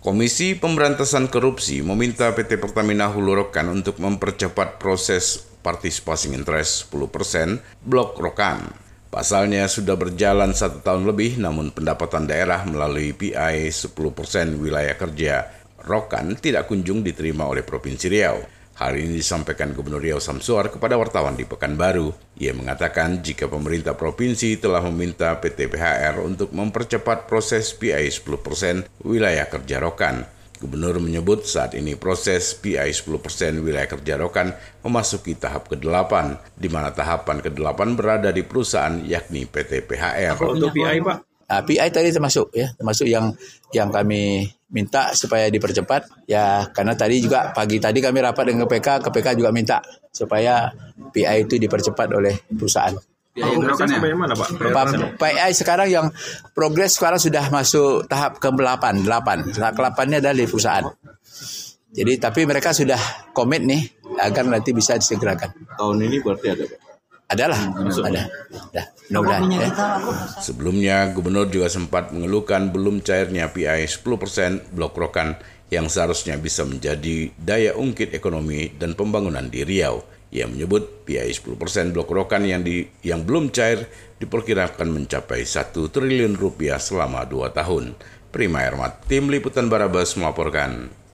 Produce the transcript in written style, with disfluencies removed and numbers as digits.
Komisi Pemberantasan Korupsi meminta PT Pertamina Hulu Rokan untuk mempercepat proses participation interest 10% Blok Rokan. Pasalnya sudah berjalan 1 tahun lebih, namun pendapatan daerah melalui PI 10% wilayah kerja Rokan tidak kunjung diterima oleh Provinsi Riau. Hal ini disampaikan Gubernur Riau Samsuar kepada wartawan di Pekanbaru. Ia mengatakan jika pemerintah provinsi telah meminta PT PHR untuk mempercepat proses PI 10% wilayah kerja Rokan. Gubernur menyebut saat ini proses PI 10% wilayah kerja Rokan memasuki tahap ke-8, di mana tahapan ke-8 berada di perusahaan yakni PT PHR. Untuk PI, Pak? PI tadi termasuk yang kami minta supaya dipercepat ya, karena tadi juga pagi tadi kami rapat dengan KPK juga minta supaya PI itu dipercepat oleh perusahaan. Sampai mana, Pak? PI sekarang yang progres sekarang sudah masuk tahap ke-8. Tahap ke-8-nya adalah di perusahaan. Jadi tapi mereka sudah komit nih agar nanti bisa disegerakan. Tahun ini berarti ada, Pak? Ada. Mudah-mudahan ya. Sebelumnya, Gubernur juga sempat mengeluhkan belum cairnya PI 10% Blok Rokan yang seharusnya bisa menjadi daya ungkit ekonomi dan pembangunan di Riau. Ia menyebut PI 10% Blok Rokan yang belum cair diperkirakan mencapai 1 triliun rupiah selama 2 tahun. Prima Ermat, Tim Liputan Barabas melaporkan.